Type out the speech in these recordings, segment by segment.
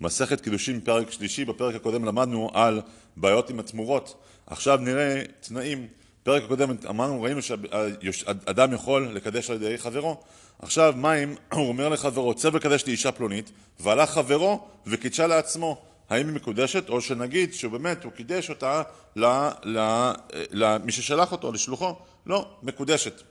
מסכת קידושין פרק שלישי. בפרק הקודם למדנו על בעיות עם התמורות. עכשיו נראה תנאים. פרק הקודם ראינו שאדם יכול לקדש על ידי חברו. עכשיו מה אם הוא אומר לחברו, צא לקדש לאישה פלונית, והלך חברו וקידשה לעצמו. האם היא מקודשת, או שנגיד שבאמת הוא קידש אותה למי ששלח אותו, לשלוחו? לא, מקודשת.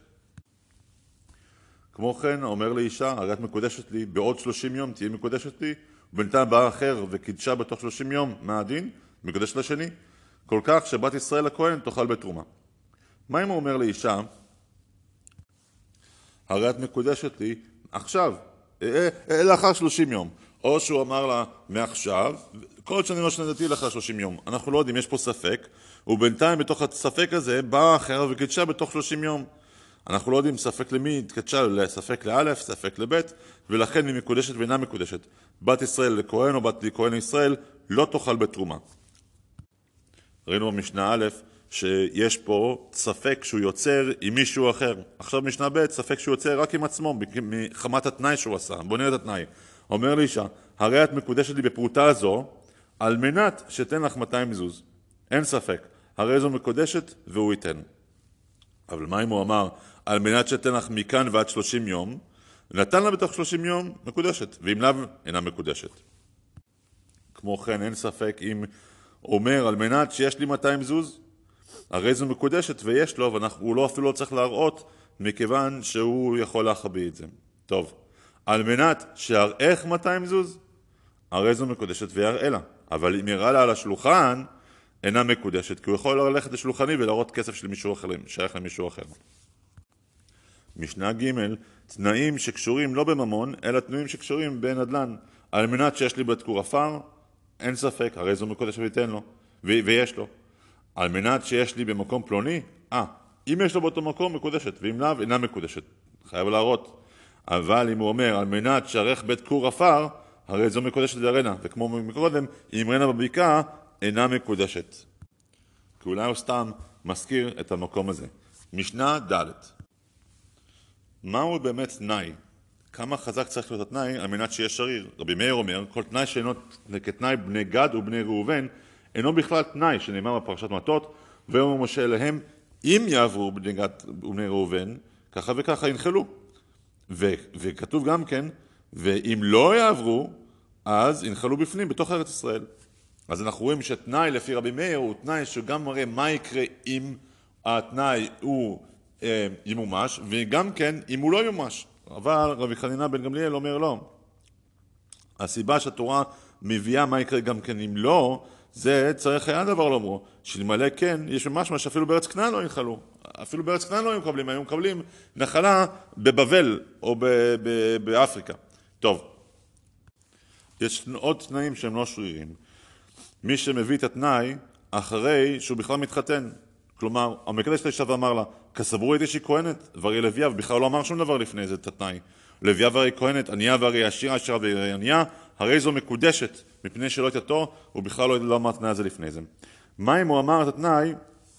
כמו כן, אומר לאישה, הרי את מקודשת לי, בעוד 30 יום תהיה מקודשת לי, ובינתיים בא אחר וקידשה בתוך 30 יום, מה הדין? מקודשת לשני. כל כך שבת ישראל הכהן תאכל בתרומה. מה אם הוא אומר לאישה, הרי את מקודשת לי עכשיו, לאחר 30 יום. או שהוא אמר לה, מעכשיו, כל עוד שאני לא שנדתי לאחר 30 יום. אנחנו לא יודעים, יש פה ספק, ובינתיים בתוך הספק הזה בא אחר וקידשה בתוך 30 יום. אנחנו לא יודעים ספק למי התקדשה, ספק לאלף, ספק לבית, ולכן היא מקודשת ואינה מקודשת. בת ישראל לכהן או בת כהן לישראל לא תאכל בתרומה. ראינו במשנה א' שיש פה ספק שהוא יוצר עם מישהו אחר. עכשיו משנה ב' ספק שהוא יוצר רק עם עצמו, מחמת התנאי שהוא עשה. בוא נראה את התנאי. אומר לאישה, הרי את מקודשת לי בפרוטה הזו, על מנת שתן לך 200 זוז. אין ספק. הרי זו מקודשת והוא ייתן. אבל מה אם הוא אמר, על מנת שתן לך מכאן ועד 30 יום, נתן לה בתוך 30 יום מקודשת, ואם לאו אינה מקודשת. כמו כן, אין ספק אם אומר, על מנת שיש לי 200 זוז, הרי זו מקודשת ויש לו, והוא לא אפילו לא צריך להראות, מכיוון שהוא יכול להחביא את זה. טוב, על מנת שיראך 200 זוז, הרי זו מקודשת ויראה לה. אבל אם יראה לה על השולחן, אינה מקודשת, כי הוא יכול ללכת לשולחני ולהראות כסף של מישהו אחר, שייך למישהו אחר. משנה ג' תנאים שקשורים לא בממון, אלא תנאים שקשורים בנדלן. על מנת שיש לי בית כור עפר, אין ספק, הרי זו מקודשת ויתן לו, ויש לו. על מנת שיש לי במקום פלוני, אם יש לו באותו מקום מקודשת, ואם לאו אינה מקודשת, חייב להראות. אבל אם הוא אומר, על מנת שערך בית כור עפר, הרי זו מקודשת וירנה, וכמו מקודם, אם רנה בבקעה, אינה מקודשת. כי אולי הוא סתם מזכיר את המקום הזה. משנה ד' מהו באמת תנאי? כמה חזק צריך להיות התנאי על מנת שיהיה שריר? רבי מאיר אומר, כל תנאי שאינו כתנאי בני גד ובני ראובן, אינו בכלל תנאי שנאמר בפרשת מטות, ואומר משה אליהם, אם יעברו בני גד ובני ראובן, ככה וככה ינחלו. וכתוב גם כן, ואם לא יעברו, אז ינחלו בפנים, בתוך ארץ ישראל. אז אנחנו רואים שתנאי לפי רבי מאיר הוא תנאי שגם מראה מה יקרה אם התנאי הוא ימומש, וגם כן אם הוא לא ימומש. אבל רבי חנינא בן גמליאל אומר לא. הסיבה שהתורה מביאה מה יקרה גם כן אם לא, זה צריך היה דבר לא אמרו. שלמלא כן, יש ממש מה שאפילו בארץ כנען לא ינחלו. אפילו בארץ כנען לא היו מקבלים, היו מקבלים נחלה בבבל או באפריקה. טוב, יש עוד תנאים שהם לא שרירים. מי שמביא את התנאי אחרי שהוא בכלל מתחתן. כלומר, המקדש לאישה ואמר לה, כסברו הייתי שהיא כהנת, והרי לוויה, ובכלל לא אמר שום דבר לפני זה את התנאי. לוויה והרי כהנת, ענייה והרי עשירה, עשירה והרי ענייה, הרי זו מקודשת, מפני שלא הייתו, הוא בכלל לא אמר את התנאי הזה לפני זה. מה אם הוא אמר את התנאי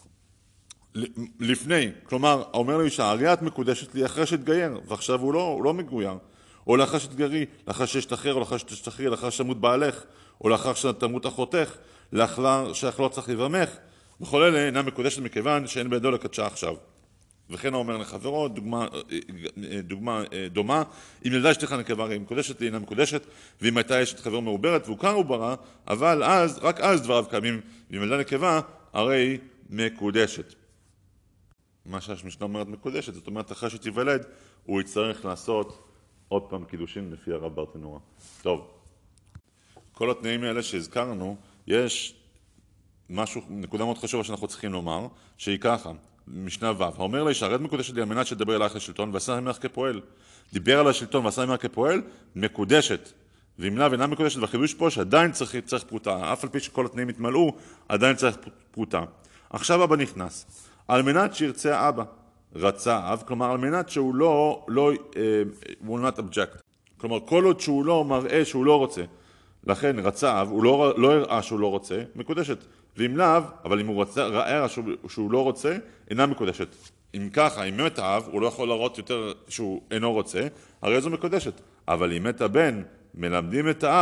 לפני? כלומר, אומר לאישה, הרי את מקודשת לי אחרי שתגייר, ועכשיו הוא לא מגויר. או לאחר שתגרי, לאחר שתשתחרר, או לאחר שתשתחררי, לאחר שתמות בעלך, או לאחר שתמות אחותך, לאחר שאך לא צריך לבמך. בכל אלה אינה מקודשת מכיוון שאין בידו לקדשה עכשיו. וכן הוא אומר לחברו, דוגמה דומה, אם ילדה אשתך נקבה הרי מקודשת, אינה מקודשת, ואם הייתה אשת חבר מעוברת והוכר עוברה, אבל אז, רק אז דבריו קיימים, ואם ילדה נקבה הרי מקודשת. מה שהמשנה אומרת מקודשת, זאת אומרת אחרי שתיוולד, הוא יצטרך לעשות עוד פעם קידושין לפי הרב ברטנורה. טוב, כל התנאים האלה שהזכרנו, יש משהו, נקודה מאוד חשובה שאנחנו צריכים לומר, שהיא ככה, משנה ו', האומר לאישה, הרי את מקודשת לי על מנת שתדבר אלייך לשלטון, ועשה עמך כפועל. דיבר על השלטון ועשה עמך כפועל, מקודשת. ואם לאו אינה מקודשת, והחידוש פה שעדיין צריך פרוטה, אף על פי שכל התנאים התמלאו, עדיין צריך פרוטה. עכשיו אבא נכנס. על מנת שירצה האבא, רצה אב, כלומר על מנת שהוא לא will not object. כלומר כל עוד שהוא לא מראה שהוא לא רוצה, לכן רצה אב, הוא לא הראה שהוא לא רוצה, מקודשת. ואם לאו, אבל אם הוא ראה שהוא לא רוצה, אינה מקודשת. אם ככה, אם מת האב, הוא לא יכול להראות יותר שהוא אינו רוצה, הרי זו מקודשת. אבל אם מת הבן, מלמדים את האב,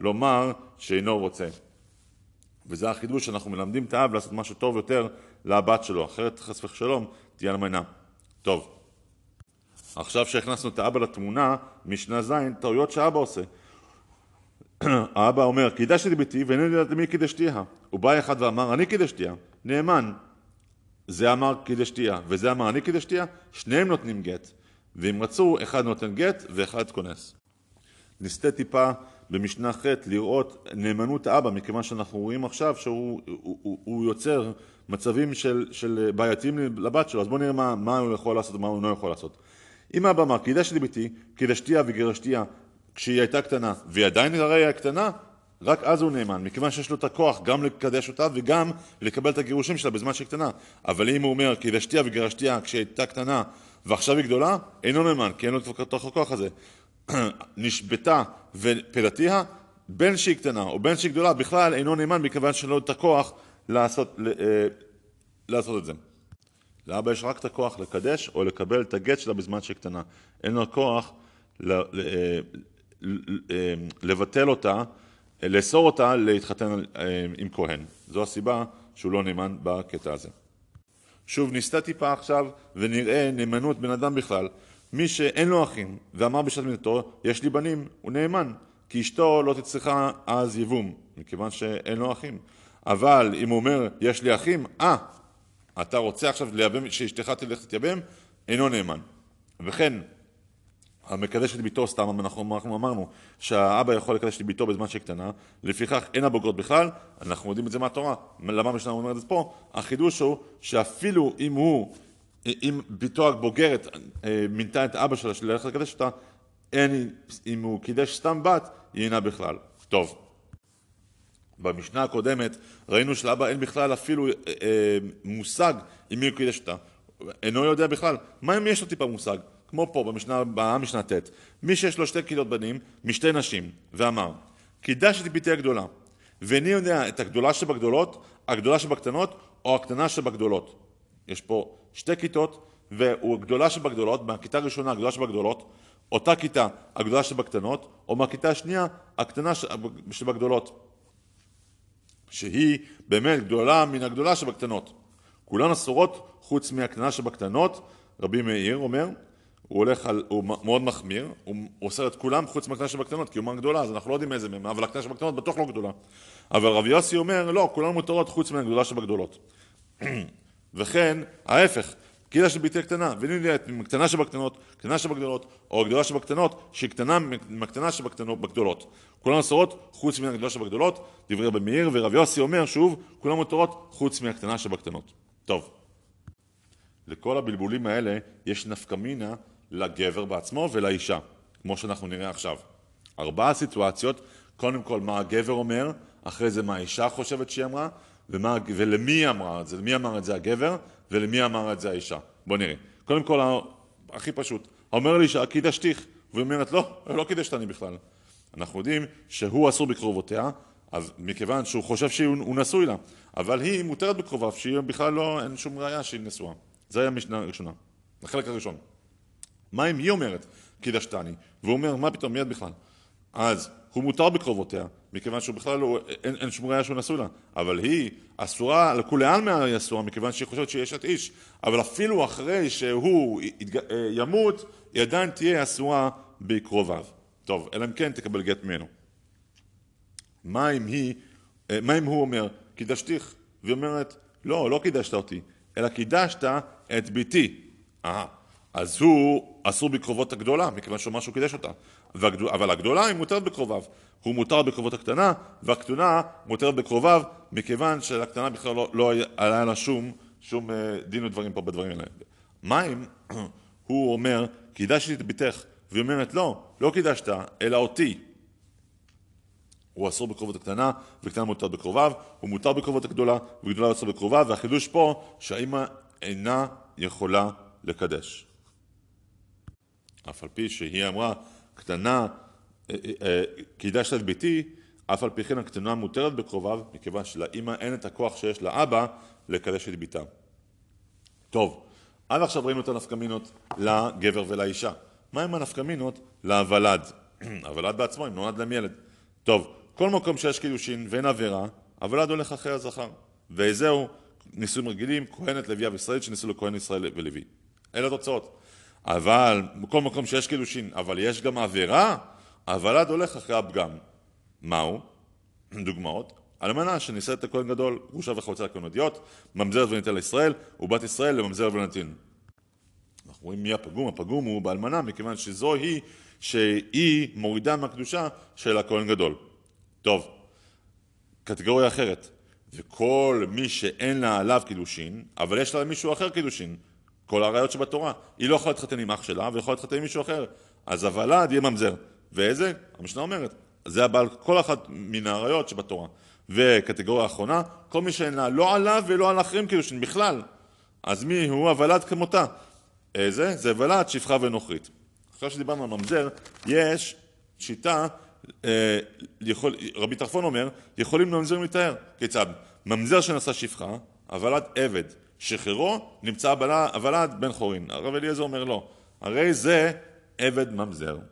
לומר שאינו רוצה. וזה החידוש שאנחנו מלמדים את האב לעשות משהו טוב יותר לבת שלו, אחרת חס ושלום תהיה אלמנה. טוב, עכשיו שהכנסנו את האבא לתמונה, משנה זין, טעויות שהאבא עושה. האבא אומר, קידשתי ביתי ואינני יודעת למי קידשתיה. הוא בא אחד ואמר, אני קידשתיה, נאמן. זה אמר קידשתיה, וזה אמר אני קידשתיה, שניהם נותנים גט. ואם רצו, אחד נותן גט ואחד כונס. נסתה טיפה במשנה ח' לראות נאמנות האבא, מכיוון שאנחנו רואים עכשיו שהוא יוצר מצבים של בעייתיים לבת שלו. אז בואו נראה מה הוא יכול לעשות ומה הוא לא יכול לעשות. אם האבא אמר, קידשתי ביתי, קידשתיה וגירשתיה, כשהיא הייתה קטנה, והיא עדיין הרי היה קטנה, רק אז הוא נאמן, מכיוון שיש לו את הכוח גם לקדש אותה וגם לקבל את הגירושים שלה בזמן שהיא קטנה. אבל אם הוא אומר, קידשתיה וגירשתיה כשהיא הייתה קטנה ועכשיו היא גדולה, אינו נאמן, כי אין לו את הכוח הזה. נשבתה ופדתיה, בין שהיא קטנה או בין שהיא גדולה, בכלל אינו נאמן, מכיוון שאין לו את הכוח לעשות את זה. לאבא יש רק את הכוח לקדש או לקבל את הגט שלה בזמן שהיא קטנה. אין לו כוח לבטל אותה, לאסור אותה להתחתן עם כהן. זו הסיבה שהוא לא נאמן בקטע הזה. שוב, נסתה טיפה עכשיו ונראה נאמנות בן אדם בכלל. מי שאין לו אחים ואמר בשעת מיתתו, יש לי בנים, הוא נאמן, כי אשתו לא תצריכה אז יבום, מכיוון שאין לו אחים. אבל אם הוא אומר, יש לי אחים, אתה רוצה עכשיו שאשתך תלך תתייבם, אינו נאמן. וכן, המקדש את ביתו, סתם אנחנו אמרנו שהאבא יכול לקדש את ביתו בזמן שהיא קטנה, לפיכך אין הבוגרות בכלל, אנחנו יודעים את זה מהתורה. למה משנה אומרת את זה פה? החידוש הוא שאפילו אם ביתו הבוגרת מינתה את אבא שלה שללך לקדש אותה, אם הוא קידש סתם בת, היא אינה בכלל. טוב. במשנה הקודמת ראינו שלאבא אין בכלל אפילו מושג עם מי הוא קידש אותה. אינו יודע בכלל. מה אם יש לו טיפה מושג? כמו פה במשנה ט', מי שיש לו שתי כיתות בנים משתי נשים, ואמר, קידש את ביתי הגדולה, ואיני יודע את הגדולה שבגדולות, הגדולה שבקטנות, או הקטנה שבגדולות. יש פה שתי כיתות, והוא הגדולה שבגדולות, מהכיתה הראשונה הגדולה שבגדולות, אותה כיתה הגדולה שבקטנות, או מהכיתה השנייה הקטנה שבגדולות. שהיא באמת גדולה מן הגדולה שבקטנות. כולן אסורות חוץ מהקטנה שבקטנות. רבי מאיר אומר, הוא מאוד מחמיר, הוא אוסר את כולם חוץ מהקטנה שבקטנות, כי הוא אומר גדולה, אז אנחנו לא יודעים איזה מהם, אבל הקטנה שבקטנות בטוח לא גדולה. אבל רבי יוסי אומר, לא, כולן מותרות חוץ מהגדולה שבגדולות. וכן, ההפך, קידש ביתי הקטנה, ואיני יודע את הקטנה שבקטנות, קטנה שבגדולות, או הגדולה שבקטנות, שהיא קטנה מהקטנה שבגדולות. כולן אסורות חוץ מהגדולה שבגדולות, דברי רבי מאיר, ורבי יוסי אומר שוב, כולן מותרות חוץ מהקטנה שבקטנות. טוב. לכל הבלבולים האלה יש נפקמינה לגבר בעצמו ולאישה, כמו שאנחנו נראה עכשיו. 4 סיטואציות, קודם כל מה הגבר אומר, אחרי זה מה האישה חושבת שהיא אמרה, ולמי היא אמרה את זה, למי אמר את זה הגבר, ולמי אמר את זה האישה. בוא נראה. קודם כל, הכי פשוט, אומר לאישה, קידשתיך, והיא אומרת, לא קידשתני בכלל. אנחנו יודעים שהוא אסור בקרובותיה, אז מכיוון שהוא חושב שהוא נשוי לה, אבל היא מותרת בקרוביו, שהיא בכלל לא, אין שום ראיה שהיא נשואה. זה היה המשנה הראשונה, החלק הראשון. מה אם היא אומרת, קידשתני, והוא אומר, מה פתאום, מיד בכלל? אז הוא מותר בקרובותיה, מכיוון שהוא בכלל לא, אין שום ראיה שהוא נשוי לה, אבל היא אסורה, לכולי עלמא היא אסורה, מכיוון שהיא חושבת שהיא אשת איש, אבל אפילו אחרי שהוא ימות, היא עדיין תהיה אסורה בקרוביו. טוב, אלא אם כן תקבל גט ממנו. מה אם הוא אומר, קידשתיך, והיא אומרת, לא קידשת אותי, אלא קידשת את ביתי. אז הוא אסור בקרובות הגדולה, מכיוון שהוא משהו קידש אותה. אבל הגדולה היא מותרת בקרוביו. הוא מותר בקרובות הקטנה, והקטנה מותרת בקרוביו, מכיוון שלקטנה בכלל לא היה לה שום דין ודברים פה בדברים האלה. מה אם הוא אומר, קידשתי את ביתך, והיא אומרת, לא קידשת, אלא אותי. הוא אסור בקרובות הקטנה, וקטנה מותרת בקרוביו, הוא מותר בקרובות הגדולה, וגדולה אסור בקרוביו, והחידוש פה שהאמא אינה יכולה לקדש. אף על פי שהיא אמרה, קטנה, קידשת את ביתי, אף על פי כן הקטנה מותרת בקרוביו, מכיוון שלאמא אין את הכוח שיש לאבא לקדש את ביתה. טוב, עד עכשיו ראינו את הנפקמינות לגבר ולאישה. מה עם הנפקמינות? להוולד. הוולד בעצמו, אם נולד להם ילד. טוב, בכל מקום שיש קידושין ואין עבירה, הוולד הולך אחרי הזכר. וזהו נישואים רגילים, כהנת לוויה וישראל שנישאו לכהן ישראל ולוי. אלה התוצאות. אבל בכל מקום שיש קידושין, אבל יש גם עבירה, הוולד הולך אחרי הפגם. מהו? דוגמאות. אלמנה שנישאת את הכהן גדול, גרושה וחוצה לכהנתיות, ממזרת וניתן לישראל, ובת ישראל לממזר ולנתין. אנחנו רואים מי הפגום. הפגום הוא באלמנה, מכיוון שזו היא שהיא מורידה מהקדושה של הכהן גדול. טוב, קטגוריה אחרת. וכל מי שאין לה עליו קידושין, אבל יש לה מישהו אחר קידושין, כל הראיות שבתורה, היא לא יכולה להתחתן עם אח שלה, ויכולה להתחתן עם מישהו אחר. אז הוולד יהיה ממזר. ואיזה? המשנה אומרת. זה הבעל כל אחת מן הראיות שבתורה. וקטגוריה האחרונה, כל מי שאין לה לא עליו ולא על אחרים קידושין בכלל. אז מי הוא? הוולד כמותה. איזה? זה ולד, שפחה ונוכרית. אחרי שדיברנו על ממזר, יש שיטה, רבי טרפון אומר, יכולים ממזרים להתאר. כיצד? ממזר שנשא שפחה, הוולד עבד. שחררו, נמצא הוולד בן חורין. הרב אליעזר אומר לא. הרי זה עבד ממזר.